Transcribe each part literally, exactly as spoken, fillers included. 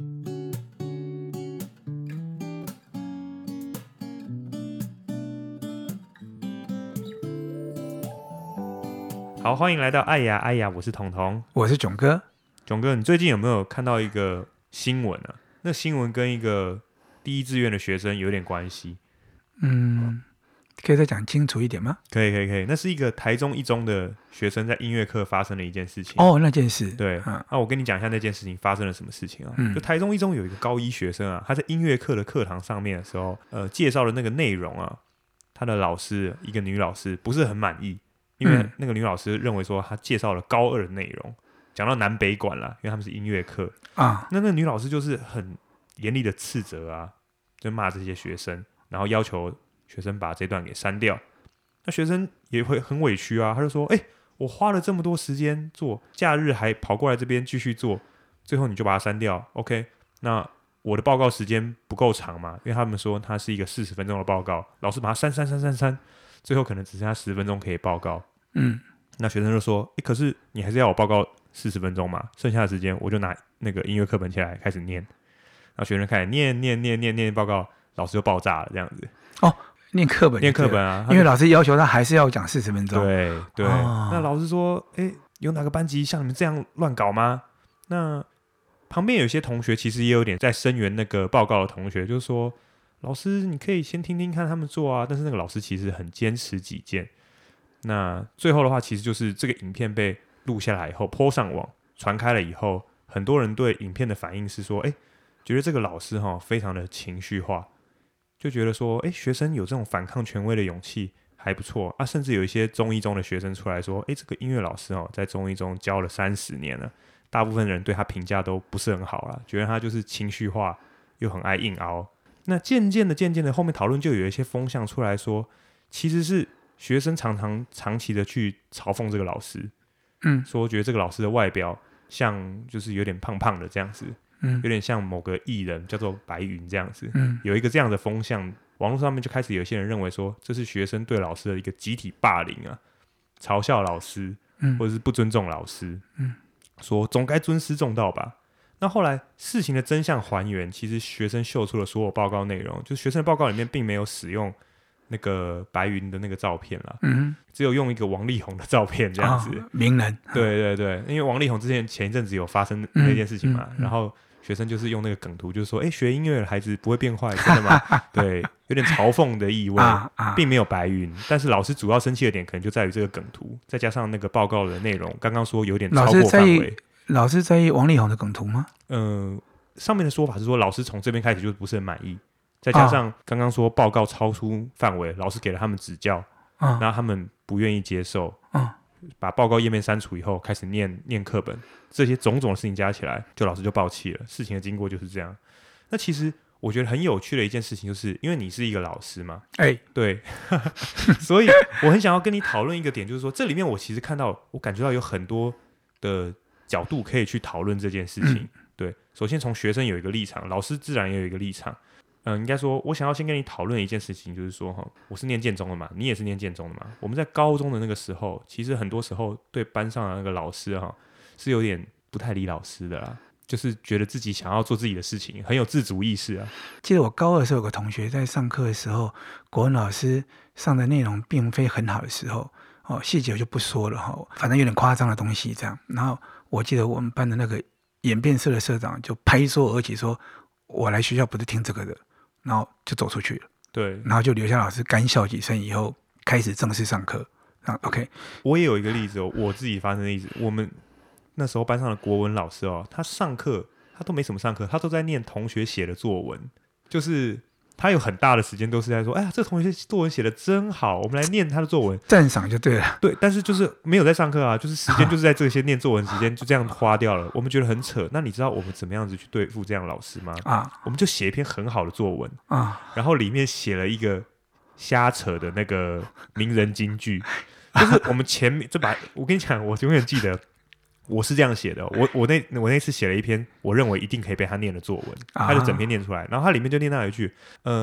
好，欢迎来到爱呀爱呀，我是彤彤， 我是囧哥。 囧哥，你最近有没有看到一个新闻啊？那新闻跟一个第一志愿的学生有点关系。 嗯，可以再讲清楚一点吗？ 可以，可以，可以。那是一个台中一中的学生在音乐课发生的一件事情。 哦，那件事。 对， 嗯、 啊，我跟你讲一下那件事情发生了什么事情啊？ 嗯、 就台中一中有一个高一学生啊，他在音乐课的课堂上面的时候，呃，介绍的那个内容啊，他的老师一个女老师不是很满意。因为那个女老师认为说，她介绍了高二的内容，讲到南北管啦，因为他们是音乐课啊。那那个女老师就是很严厉的斥责啊，就骂这些学生，然后要求学生把这段给删掉。那学生也会很委屈啊，他就说：“哎、欸，我花了这么多时间做，假日还跑过来这边继续做，最后你就把它删掉 ，OK？ 那我的报告时间不够长嘛？因为他们说它是一个四十分钟的报告，老师把它删删删删删，最后可能只剩下十分钟可以报告。”嗯，那学生就说：“欸，可是你还是要我报告四十分钟嘛？剩下的时间我就拿那个音乐课本起来开始念。”然后学生开始念念念念念报告，老师就爆炸了，这样子。 哦，念课本， 念课本啊， 因为老师要求他还是要讲四十分钟。 对对、哦，那老师说：“哎、欸，有哪个班级像你们这样乱搞吗？”那旁边有些同学其实也有点在声援那个报告的同学，就是说：“老师，你可以先听听看他们做啊。”但是那个老师其实很坚持己见。那最后的话，其实就是这个影片被录下来以后 po 上网传开了以后，很多人对影片的反应是说，哎，觉得这个老师哈非常的情绪化，就觉得说，哎，学生有这种反抗权威的勇气还不错啊，甚至有一些中一中的学生出来说，哎，这个音乐老师哦在中一中教了三十年了，大部分人对他评价都不是很好啦，觉得他就是情绪化又很爱硬凹。那渐渐的渐渐的后面讨论就有一些风向出来说，其实是学生常常长期的去嘲讽这个老师，嗯，说觉得这个老师的外表像就是有点胖胖的这样子，嗯，有点像某个艺人叫做白云这样子，嗯，有一个这样的风向，网络上面就开始有些人认为说这是学生对老师的一个集体霸凌啊，嘲笑老师，嗯，或者是不尊重老师，嗯，说总该尊师重道吧。那后来事情的真相还原，其实学生秀出了所有报告内容，就是学生的报告里面并没有使用那个白云的那个照片啦，嗯，只有用一个王力宏的照片这样子， 哦、名人， 对对对，因为王力宏之前前一阵子有发生那件事情嘛，嗯嗯嗯、然后学生就是用那个梗图，就是说，哎，学音乐的孩子不会变坏，真的吗？对，有点嘲讽的意味，啊啊、并没有白云，但是老师主要生气的点可能就在于这个梗图，再加上那个报告的内容，刚刚说有点超过范围。 老师在意王力宏的梗图吗？ 嗯、呃，上面的说法是说，老师从这边开始就不是很满意。再加上刚刚说报告超出范围，老师给了他们指教，然后他们不愿意接受，把报告页面删除以后，开始念念课本，这些种种的事情加起来，就老师就爆气了。事情的经过就是这样。那其实我觉得很有趣的一件事情，就是因为你是一个老师嘛，哎、欸，对，所以我很想要跟你讨论一个点，就是说这里面我其实看到，我感觉到有很多的角度可以去讨论这件事情。嗯、对，首先从学生有一个立场，老师自然也有一个立场。嗯，应该说，我想要先跟你讨论一件事情，就是说，哈，我是念建中的嘛，你也是念建中的嘛。我们在高中的那个时候，其实很多时候对班上的那个老师哈，是有点不太理老师的啦，就是觉得自己想要做自己的事情，很有自主意识啊。 记得我高二的时候，有个同学在上课的时候，国文老师上的内容并非很好的时候，哦，细节我就不说了哈，反正有点夸张的东西这样。然后我记得我们班的那个演变社的社长就拍桌而起说：“我来学校不是听这个的。”然后就走出去了， 对， 然后就留下老师干笑几声以后，开始正式上课。啊 ，OK， 我也有一个例子哦，我自己发生的例子。我们那时候班上的国文老师哦，他上课他都没什么上课，他都在念同学写的作文，就是他有很大的时间都是在说，哎呀，这个同学作文写的真好，我们来念他的作文， 赞赏就对了。 对，但是就是没有在上课啊，就是时间就是在这些念作文时间就这样花掉了，我们觉得很扯。那你知道我们怎么样子去对付这样的老师吗？啊，我们就写一篇很好的作文啊，然后里面写了一个瞎扯的那个名人金句，就是我们前面就把我跟你讲，我永远记得。我是这样写的，我我那我那次写了一篇我认为一定可以被他念的作文，他就整篇念出来，然后他里面就念到一句，呃，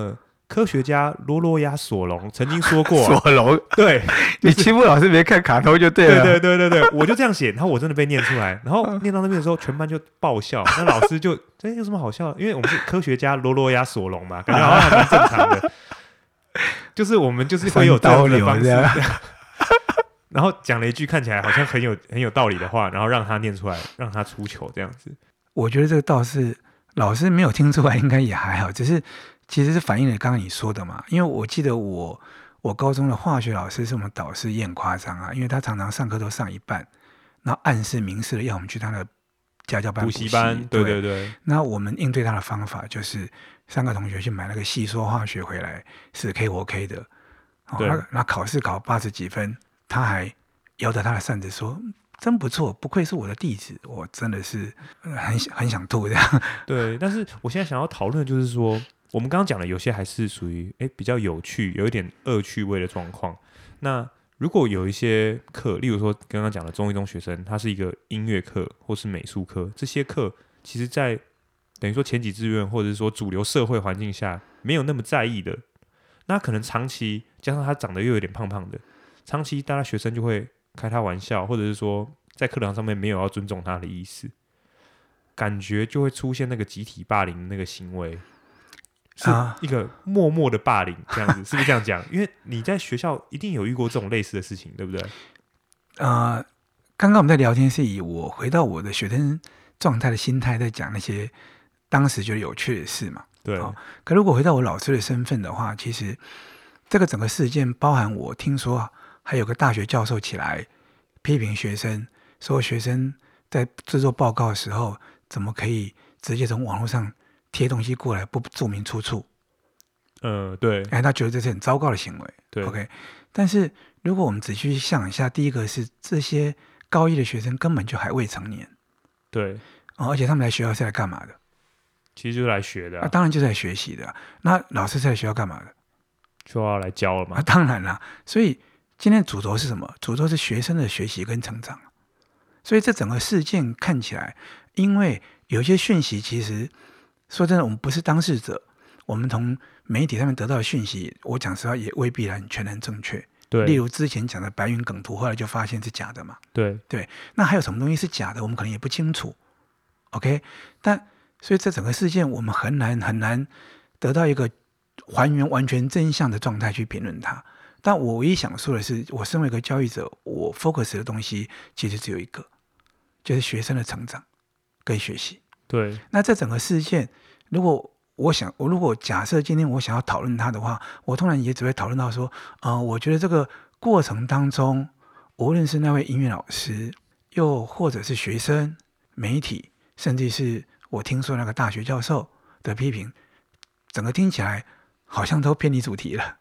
科学家罗罗亚索隆曾经说过， 索隆， 对， 你欺负老师没看卡通就对了。 对对对对对，我就这样写，然后我真的被念出来，然后念到那边的时候，全班就爆笑。那老师就这有什么好笑的？因为我们是科学家罗罗亚索隆嘛，感觉好像还蛮正常的。就是我们就是会有这样的方式，然后讲了一句看起来好像很有很有道理的话，然后让他念出来，让他出糗这样子。 我觉得这个倒是老师没有听出来，应该也还好，只是其实是反映了刚刚你说的嘛。因为我记得我我高中的化学老师是我们导师，也很夸张啊，因为他常常上课都上一半，然后暗示明示的要我们去他的家教班补习班，对对对。 那我们应对他的方法就是三个同学去买那个细说化学回来，是 K 或 K 的，哦，那那考试考八十几分，他还摇着他的扇子说：“真不错，不愧是我的弟子。”我真的是很很想吐这样。 对，但是我现在想要讨论的就是说，我们刚刚讲的有些还是属于哎比较有趣，有一点恶趣味的状况。那如果有一些课，例如说刚刚讲的中一中学生，他是一个音乐课或是美术课，这些课其实在等于说前几志愿或者是说主流社会环境下没有那么在意的，那可能长期加上他长得又有点胖胖的，长期大家学生就会开他玩笑，或者是说在课堂上面没有要尊重他的意思，感觉就会出现那个集体霸凌的那个行为，是一个默默的霸凌这样子，是不是这样讲？因为你在学校一定有遇过这种类似的事情，对不对？ 呃，刚刚我们在聊天是以我回到我的学生状态的心态在讲那些当时觉得有趣的事嘛。 对。 哦，可如果回到我老师的身份的话，其实这个整个事件包含我听说还有个大学教授起来批评学生，说学生在制作报告的时候怎么可以直接从网络上贴东西过来不注明出处。 呃，对， 哎，他觉得这是很糟糕的行为。 对 ，OK。但是如果我们仔细去想一下，第一个是这些高一的学生根本就还未成年， 对， 哦，而且他们来学校是来干嘛的？ 其实就是来学的、啊啊，当然就是来学习的、啊。那老师是来学校干嘛的？ 就要来教了嘛。 啊，当然啦。所以今天的主轴是什么？主轴是学生的学习跟成长。所以这整个事件看起来，因为有些讯息，其实说真的，我们不是当事者，我们从媒体上面得到的讯息，我讲实话也未必然全然正确。 对， 例如之前讲的白云梗图，后来就发现是假的嘛。 对对，那还有什么东西是假的，我们可能也不清楚。OK， 但所以这整个事件，我们很难很难得到一个还原完全真相的状态去评论它。但我唯一想说的是，我身为一个教育者，我 focus 的东西其实只有一个，就是学生的成长跟学习。 对， 那这整个事件，如果我想，我如果假设今天我想要讨论它的话，我通常也只会讨论到说，呃，我觉得这个过程当中，无论是那位音乐老师，又或者是学生、媒体，甚至是我听说那个大学教授的批评，整个听起来好像都偏离主题了。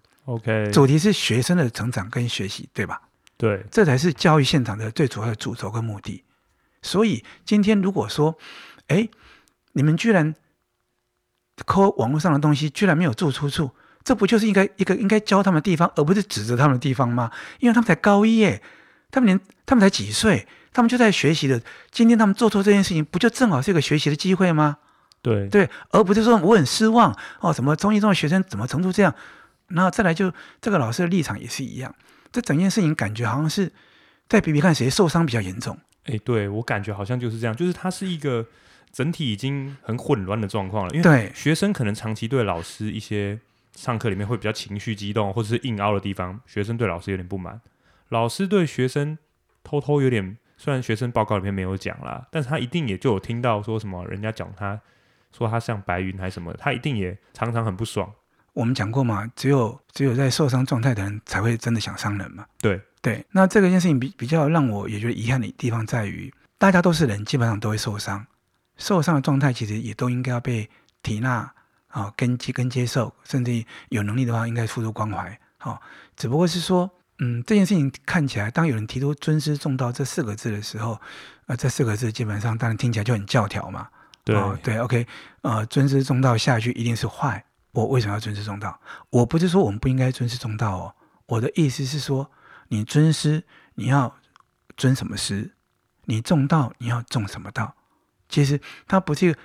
OK， 主题是学生的成长跟学习，对吧？ 对， 这才是教育现场的最主要的主轴跟目的。所以今天如果说，哎，你们居然抠网络上的东西，居然没有做出处，这不就是应该一个应该教他们的地方，而不是指责他们的地方吗？因为他们才高一耶，他们连他们才几岁，他们就在学习的。今天他们做错这件事情，不就正好是一个学习的机会吗？ 对对，而不是说我很失望哦，怎么中一中的学生怎么程度这样？然后再来就这个老师的立场也是一样，这整件事情感觉好像是在比比看谁受伤比较严重。 哎，对，我感觉好像就是这样，就是它是一个整体已经很混乱的状况了。因为学生可能长期对老师一些上课里面会比较情绪激动，或者是硬凹的地方，学生对老师有点不满。老师对学生偷偷有点，虽然学生报告里面没有讲啦，但是他一定也就有听到说什么人家讲他说他像白云还是什么，他一定也常常很不爽。 我们讲过嘛，只有只有在受伤状态的人才会真的想伤人嘛。 对对，那这个件事情比比较让我也觉得遗憾的地方在于，大家都是人，基本上都会受伤，受伤的状态其实也都应该要被体纳啊、跟跟接受，甚至有能力的话应该付出关怀。好、哦，只不过是说，嗯，这件事情看起来，当有人提出尊师重道这四个字的时候，呃，这四个字基本上当然听起来就很教条嘛。 对、 哦、对 ，OK， 呃，尊师重道下一句一定是坏。我为什么要尊师重道？我不是说我们不应该尊师重道哦，我的意思是说，你尊师，你要尊什么师？你重道，你要重什么道？其实它不是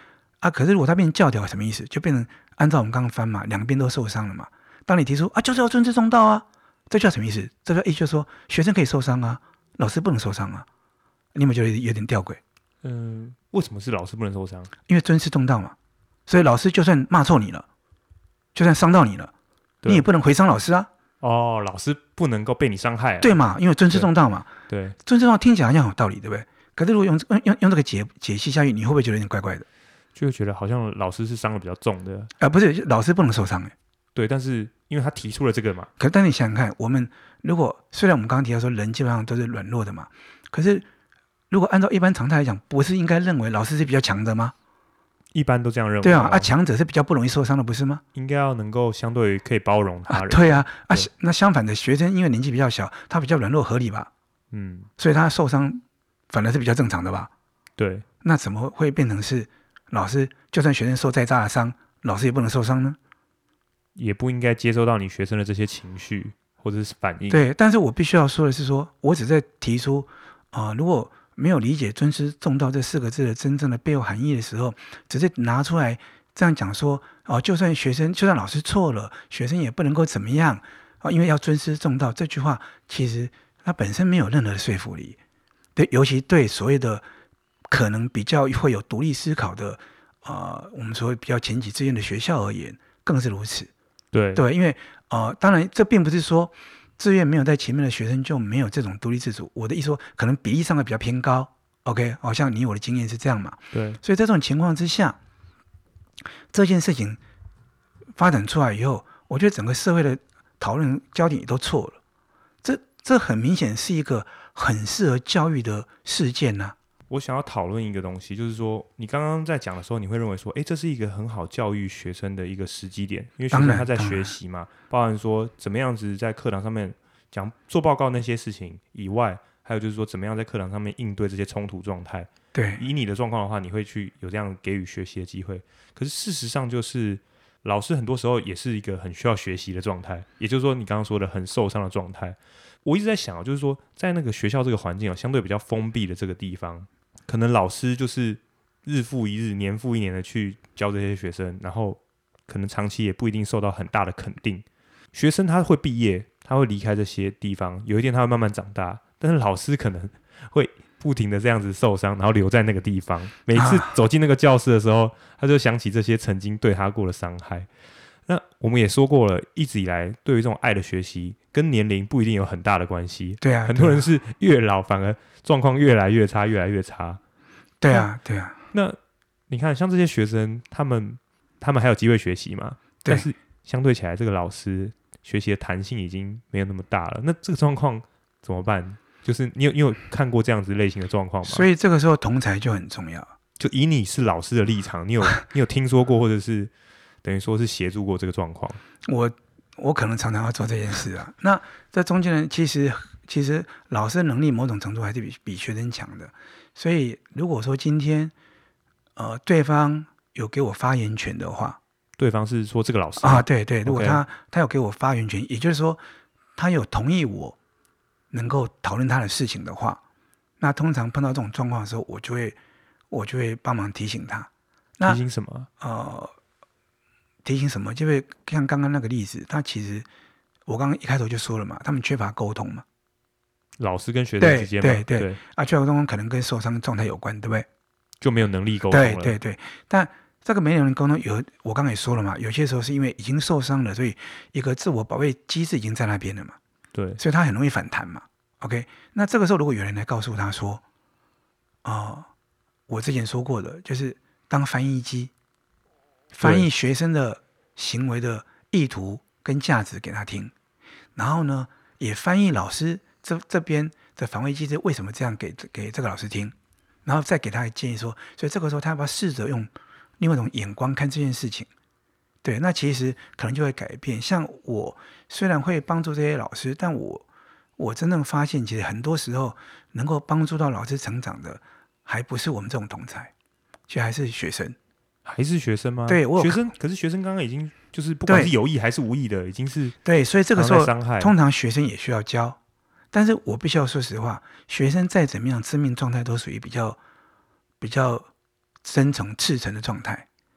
啊，可是如果他变教条什么意思？就变成按照我们刚刚翻嘛，两边都受伤了嘛。当你提出啊，就是要尊师重道啊，这叫什么意思？这个意思就是说，学生可以受伤啊，老师不能受伤啊。你有没有觉得有点吊诡？ 嗯，为什么是老师不能受伤？ 因为尊师重道嘛，所以老师就算骂错你了，就算伤到你了，你也不能回伤老师啊。 哦，老师不能够被你伤害、啊， 对嘛？因为尊师重道嘛。 对，对尊师重道听起来好像有道理，对不对？可是如果用用用用这个解解析下去，你会不会觉得有点怪怪的？ 就会觉得好像老师是伤的比较重的。 啊、呃，不是，老师不能受伤哎。 对，但是因为他提出了这个嘛。 可是，但你想想看，我们如果虽然我们刚刚提到说人基本上都是软弱的嘛，可是如果按照一般常态来讲，不是应该认为老师是比较强的吗？ 一般都这样认为。 对啊，啊，强者是比较不容易受伤的，不是吗？ 应该要能够相对于可以包容他人。 啊对啊，啊，那相反的，学生因为年纪比较小，他比较软弱，合理吧？ 嗯， 所以他受伤反而是比较正常的吧？ 对。 那怎么会变成是老师就算学生受再大的伤，老师也不能受伤呢？ 也不应该接收到你学生的这些情绪或者是反应。 对，但是我必须要说的是说，我只在提出啊、呃，如果没有理解尊师重道这四个字的真正的背后含义的时候，只是拿出来这样讲说哦、呃，就算学生就算老师错了，学生也不能够怎么样啊、呃，因为要尊师重道这句话其实它本身没有任何的说服力。对，尤其对所谓的可能比较会有独立思考的呃，我们所谓比较前几志愿的学校而言，更是如此。 对对，因为呃，当然这并不是说志愿没有在前面的学生就没有这种独立自主。我的意思说，可能比例上会比较偏高。OK， 好像你我的经验是这样嘛？ 对。 所以在这种情况之下，这件事情发展出来以后，我觉得整个社会的讨论焦点也都错了。这这很明显是一个很适合教育的事件呐、啊。 我想要讨论一个东西，就是说，你刚刚在讲的时候，你会认为说，哎，这是一个很好教育学生的一个时机点，因为学生他在学习嘛，包含说怎么样子在课堂上面讲做报告那些事情以外，还有就是说怎么样在课堂上面应对这些冲突状态。 对， 以你的状况的话，你会去有这样给予学习的机会。可是事实上，就是老师很多时候也是一个很需要学习的状态，也就是说，你刚刚说的很受伤的状态。我一直在想，就是说，在那个学校这个环境相对比较封闭的这个地方。可能老师就是日复一日、年复一年的去教这些学生，然后可能长期也不一定受到很大的肯定。学生他会毕业，他会离开这些地方，有一天他会慢慢长大，但是老师可能会不停的这样子受伤，然后留在那个地方。每次走进那个教室的时候，他就想起这些曾经对他过的伤害。那我们也说过了，一直以来对于这种爱的学习跟年龄不一定有很大的关系。 对啊， 很多人是越老反而状况越来越差，越来越差。 对啊，对啊。 那你看，像这些学生，他们他们还有机会学习嘛？但是相对起来，这个老师学习的弹性已经没有那么大了。那这个状况怎么办？就是你有你有看过这样子类型的状况吗？ 所以这个时候同侪就很重要。 就以你是老师的立场，你有你有听说过，或者是等于说是协助过这个状况？ 我我可能常常要做这件事啊。那这中间呢，其实其实老师的能力某种程度还是比比学生强的。所以如果说今天呃对方有给我发言权的话， 对方是说这个老师啊，对对，如果他 okay. 他有给我发言权，也就是说他有同意我能够讨论他的事情的话，那通常碰到这种状况的时候，我就会我就会帮忙提醒他。那提醒什么？ 呃，提醒什么？就会像刚刚那个例子，他其实我刚刚一开头就说了嘛，他们缺乏沟通嘛。 老师跟学生之间嘛， 对对 对, 对啊，缺乏沟通可能跟受伤状态有关，对不对？ 就没有能力沟通了。 对对对，但这个没能力沟通有，我刚才也说了嘛，有些时候是因为已经受伤了，所以一个自我保卫机制已经在那边了嘛。 对， 所以他很容易反弹嘛。OK， 那这个时候如果有人来告诉他说，啊、呃，我之前说过的，就是当翻译机，翻译学生的行为的意图跟价值给他听，然后呢，也翻译老师这这边的防卫机制为什么这样给给这个老师听，然后再给他建议说，所以这个时候他要不要试着用另外一种眼光看这件事情？对，那其实可能就会改变。像我虽然会帮助这些老师，但我我真正发现，其实很多时候能够帮助到老师成长的，还不是我们这种同才，其实还是学生。 还是学生吗？ 对，我学生，可是学生刚刚已经就是不管是有意还是无意的，已经是对，所以这个时候伤害。 通常学生也需要教，但是我必须要说实话，学生再怎么样，生命状态都属于比较比较深层赤诚的状态。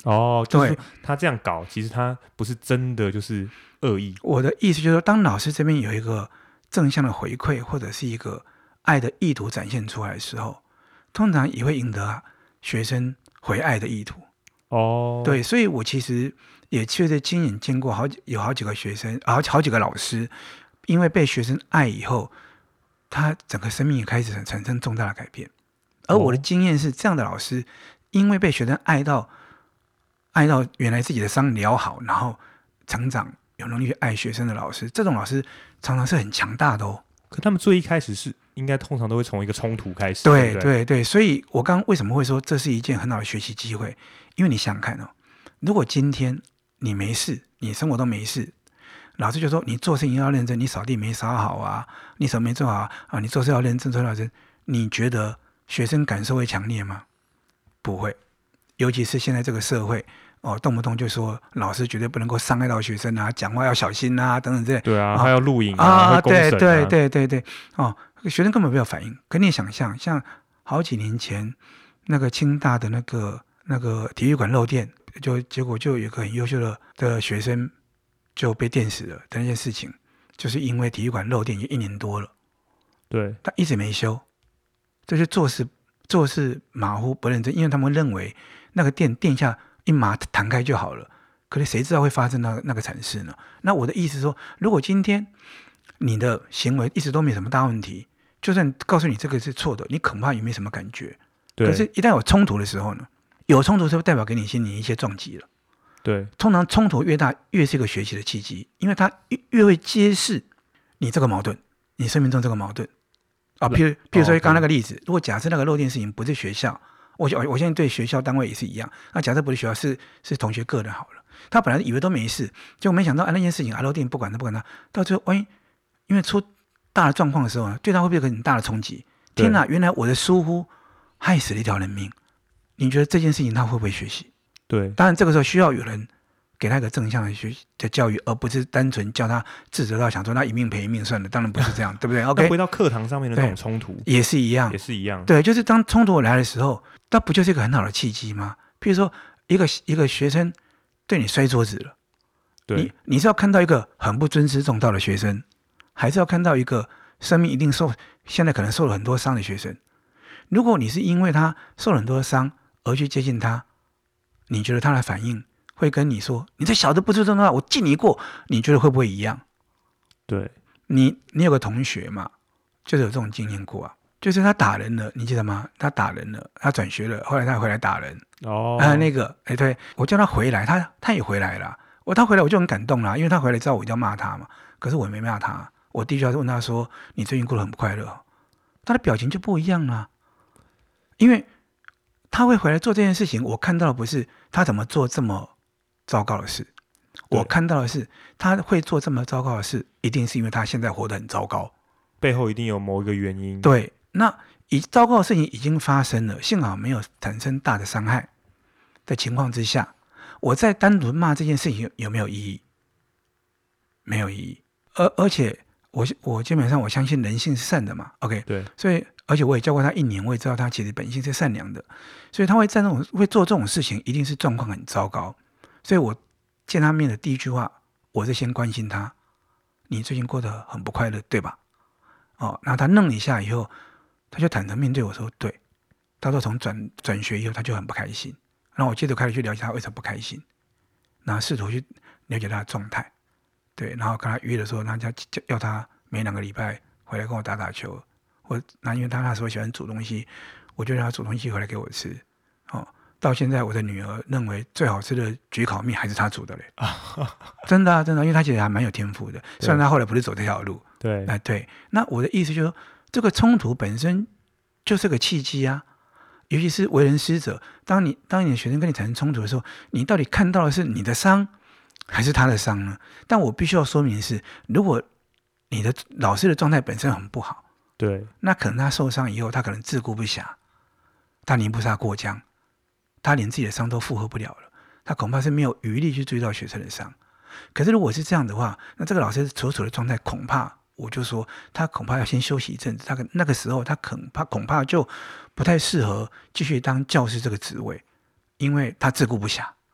哦，就是说他这样搞，其实他不是真的就是恶意。 我的意思就是说，当老师这边有一个正向的回馈，或者是一个爱的意图展现出来的时候，通常也会赢得学生回爱的意图。 哦， 对，所以我其实也确实亲眼见过好几有好几个学生，好好几个老师，因为被学生爱以后，他整个生命也开始产生重大的改变。而我的经验是，这样的老师因为被学生爱到爱到原来自己的伤疗好，然后成长有能力去爱学生的老师，这种老师常常是很强大的哦。 可他们最一开始是应该通常都会从一个冲突开始。 对对对对，所以我刚刚为什么会说这是一件很好的学习机会？因为你想想看哦，如果今天你没事，你生活都没事，老师就说你做事情要认真，你扫地没扫好啊，你什么没做好啊，你做事要认真，做事要认真，你觉得学生感受会强烈吗？不会，尤其是现在这个社会。哦，动不动就说老师绝对不能够伤害到学生啊，讲话要小心啊，等等之类。 对啊，还、哦、要录影啊， 啊， 会公审啊， 对对对对对，哦，学生根本没有反应。可你想象，像好几年前那个清大的那个那个体育馆漏电，就结果就有一个很优秀的的学生就被电死了的那件事情，就是因为体育馆漏电已经一年多了， 对， 他一直没修，这就做事做事马虎不认真，因为他们认为那个电电下。一码弹开就好了，可是谁知道会发生那那个惨事呢？那我的意思是说，如果今天你的行为一直都没什么大问题，就算告诉你这个是错的，你恐怕也没什么感觉。可是，一旦有冲突的时候呢？有冲突是不是代表给你心里一些撞击了？ 对， 通常冲突越大，越是一个学习的契机，因为它越越会揭示你这个矛盾，你生命中这个矛盾啊。譬如，譬如说刚刚那个例子，如果假设那个漏电事情不是学校。我我现在对学校单位也是一样。那假设不是学校，是是同学个人好了。他本来以为都没事，结果没想到啊那件事情啊漏电不管他不管他，到最后万一因为出大的状况的时候呢，对他会不会有很大的冲击？天哪，原来我的疏忽害死了一条人命。你觉得这件事情他会不会学习？ 对， 当然这个时候需要有人给他一个正向的学的教育，而不是单纯叫他自责到想说那一命赔一命算了。当然不是这样，对不对 ？OK， 回到课堂上面的那种冲突也是一样， 也是一样。 对，就是当冲突来的时候。那不就是一个很好的契机吗？譬如说，一个一个学生对你摔桌子了， 对， 你你是要看到一个很不尊师重道的学生，还是要看到一个生命一定受现在可能受了很多伤的学生？如果你是因为他受了很多伤而去接近他，你觉得他的反应会跟你说：“你这小的不尊重道，我记你过。”你觉得会不会一样？ 对， 你你有个同学嘛，就是有这种经验过啊。就是他打人了，你记得吗？他打人了，他转学了，后来他回来打人。 哦， 啊，那个，哎，对我叫他回来，他他也回来了。我他回来我就很感动啦，因为他回来知道我一定要骂他嘛。可是我也没骂他，我第一句话是问他说：“你最近过得很不快乐？”他的表情就不一样了，因为他会回来做这件事情，我看到的不是他怎么做这么糟糕的事，我看到的是他会做这么糟糕的事，一定是因为他现在活得很糟糕， 背后一定有某一个原因。 对。那已糟糕的事情已经发生了，幸好没有产生大的伤害的情况之下，我再单独骂这件事情有没有意义？没有意义。而而且我我基本上我相信人性是善的嘛 ，OK， 对， 所以而且我也教过他一年，我也知道他其实本性是善良的，所以他会在那种会做这种事情，一定是状况很糟糕。所以我见他面的第一句话，我是先关心他，你最近过得很不快乐，对吧？哦，然后他愣了一下以后。他就坦诚面对我说：“对。”他说从转转学以后，他就很不开心。然后我接着开始去了解他为什么不开心，然后试图去了解他的状态。对，然后跟他约的时候，他就要他每两个礼拜回来跟我打打球。我那因为他那时候喜欢煮东西，我就让他煮东西回来给我吃。哦，到现在我的女儿认为最好吃的焗烤面还是他煮的嘞。真的啊，真的，因为他其实还蛮有天赋的。虽然他后来不是走这条路。 对， 哎、呃，对。那我的意思就是说。这个冲突本身就是个契机啊，尤其是为人师者，当你当你的学生跟你产生冲突的时候，你到底看到的是你的伤还是他的伤呢？但我必须要说明的是，如果你的老师的状态本身很不好， 对， 那可能他受伤以后，他可能自顾不暇，他泥菩萨过江，他连自己的伤都负荷不了了，他恐怕是没有余力去注意到学生的伤。可是如果是这样的话，那这个老师所处的状态恐怕。我就说，他恐怕要先休息一阵子。他那个时候，他恐怕恐怕就不太适合继续当教师这个职位，因为他自顾不暇。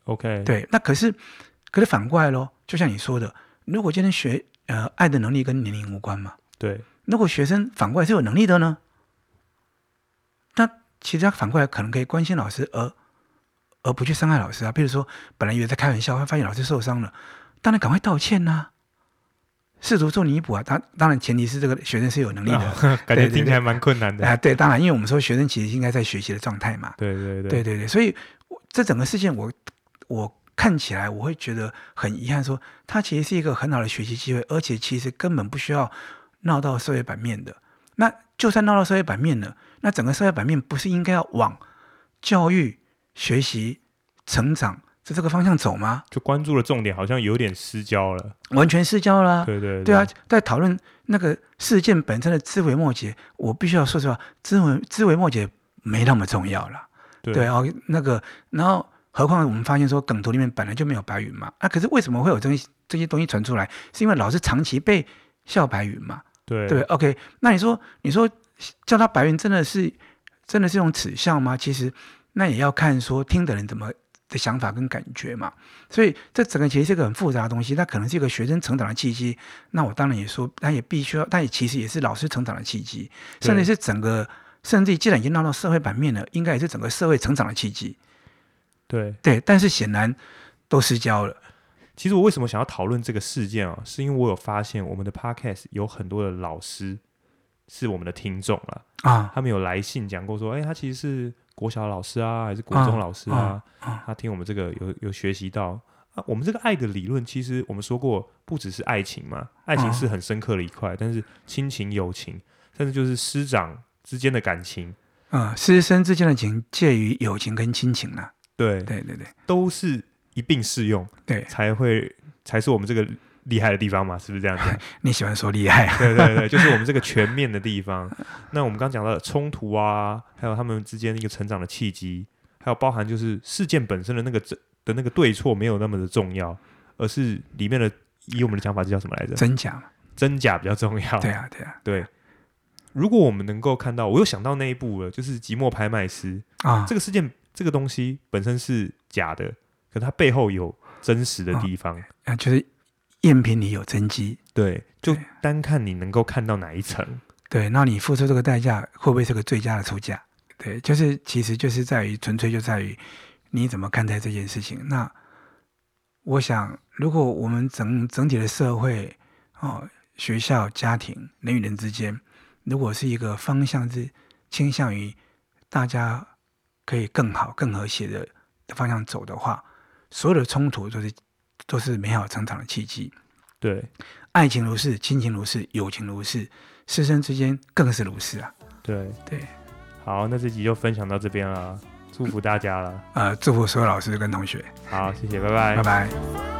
OK， 对，那可是可是反过来咯，就像你说的，如果今天学呃爱的能力跟年龄无关嘛， 对， 如果学生反过来是有能力的呢，那其实他反过来可能可以关心老师，而而不去伤害老师啊。比如说本来以为在开玩笑，发现老师受伤了，当然赶快道歉啊，试图做弥补啊。当当然前提是这个学生是有能力的， 哦、感觉听起来蛮困难的啊。对，当然，因为我们说学生其实应该在学习的状态嘛。 对对对对对对，所以这整个事件我我看起来我会觉得很遗憾说，说它其实是一个很好的学习机会，而且其实根本不需要闹到社会版面的。那就算闹到社会版面了，那整个社会版面不是应该要往教育、学习、成长是这个方向走吗？ 就关注的重点好像有点失焦了， 完全失焦了、啊。 对对 对, 对啊，在讨论那个事件本身的枝微末节，我必须要说实话，枝微枝微末节没那么重要了。 对， 对哦，那个，然后何况我们发现说梗图里面本来就没有白云嘛，啊，可是为什么会有这些这些东西传出来？是因为老师长期被笑白云嘛？ 对对 ，OK， 那你说你说叫他白云真的是真的是用耻笑吗？其实那也要看说听的人怎么的想法跟感觉嘛。所以这整个其实是一个很复杂的东西，它可能是一个学生成长的契机。那我当然也说，它也必须要，它也其实也是老师成长的契机，甚至是整个，甚至既然已经闹到社会版面了，应该也是整个社会成长的契机。 对对，但是显然都失焦了。 其实我为什么想要讨论这个事件啊？是因为我有发现我们的 podcast 有很多的老师是我们的听众了啊，他们有来信讲过说，哎，他其实是国小老师啊，还是国中老师啊，啊啊他听我们这个有有学习到啊。我们这个爱的理论，其实我们说过，不只是爱情嘛，爱情是很深刻的一块，但是亲情、友情，甚至就是师长之间的感情， 嗯，师生之间的情介于友情跟亲情啊。 对对对对， 都是一并适用， 对， 才会才是我们这个厉害的地方嘛，是不是这样讲？ 你喜欢说厉害、啊？ 对对对，就是我们这个全面的地方。那我们刚讲到的冲突啊，还有他们之间一个成长的契机，还有包含就是事件本身的那个的那个对错没有那么的重要，而是里面的以我们的讲法这叫什么来着？ 真假， 真假比较重要。 对啊，对啊， 对。如果我们能够看到，我又想到那一部了，就是《寂寞拍卖师》啊，这个事件。这个东西本身是假的，可它背后有真实的地方， 啊，就是赝品里有真机， 对，就单看你能够看到哪一层， 对，那你付出这个代价会不会是个最佳的出价？对，就是其实就是在于纯粹就在于你怎么看待这件事情。那我想，如果我们整整体的社会哦，学校、家庭人与人之间，如果是一个方向是倾向于大家可以更好、更和谐的方向走的话，所有的冲突都是都是美好成长的契机。 对， 爱情如是，亲情如是，友情如是，师生之间更是如是啊。 对对， 好，那这集就分享到这边了，祝福大家了。 呃，祝福所有老师跟同学。 好，谢谢，拜拜， 拜拜。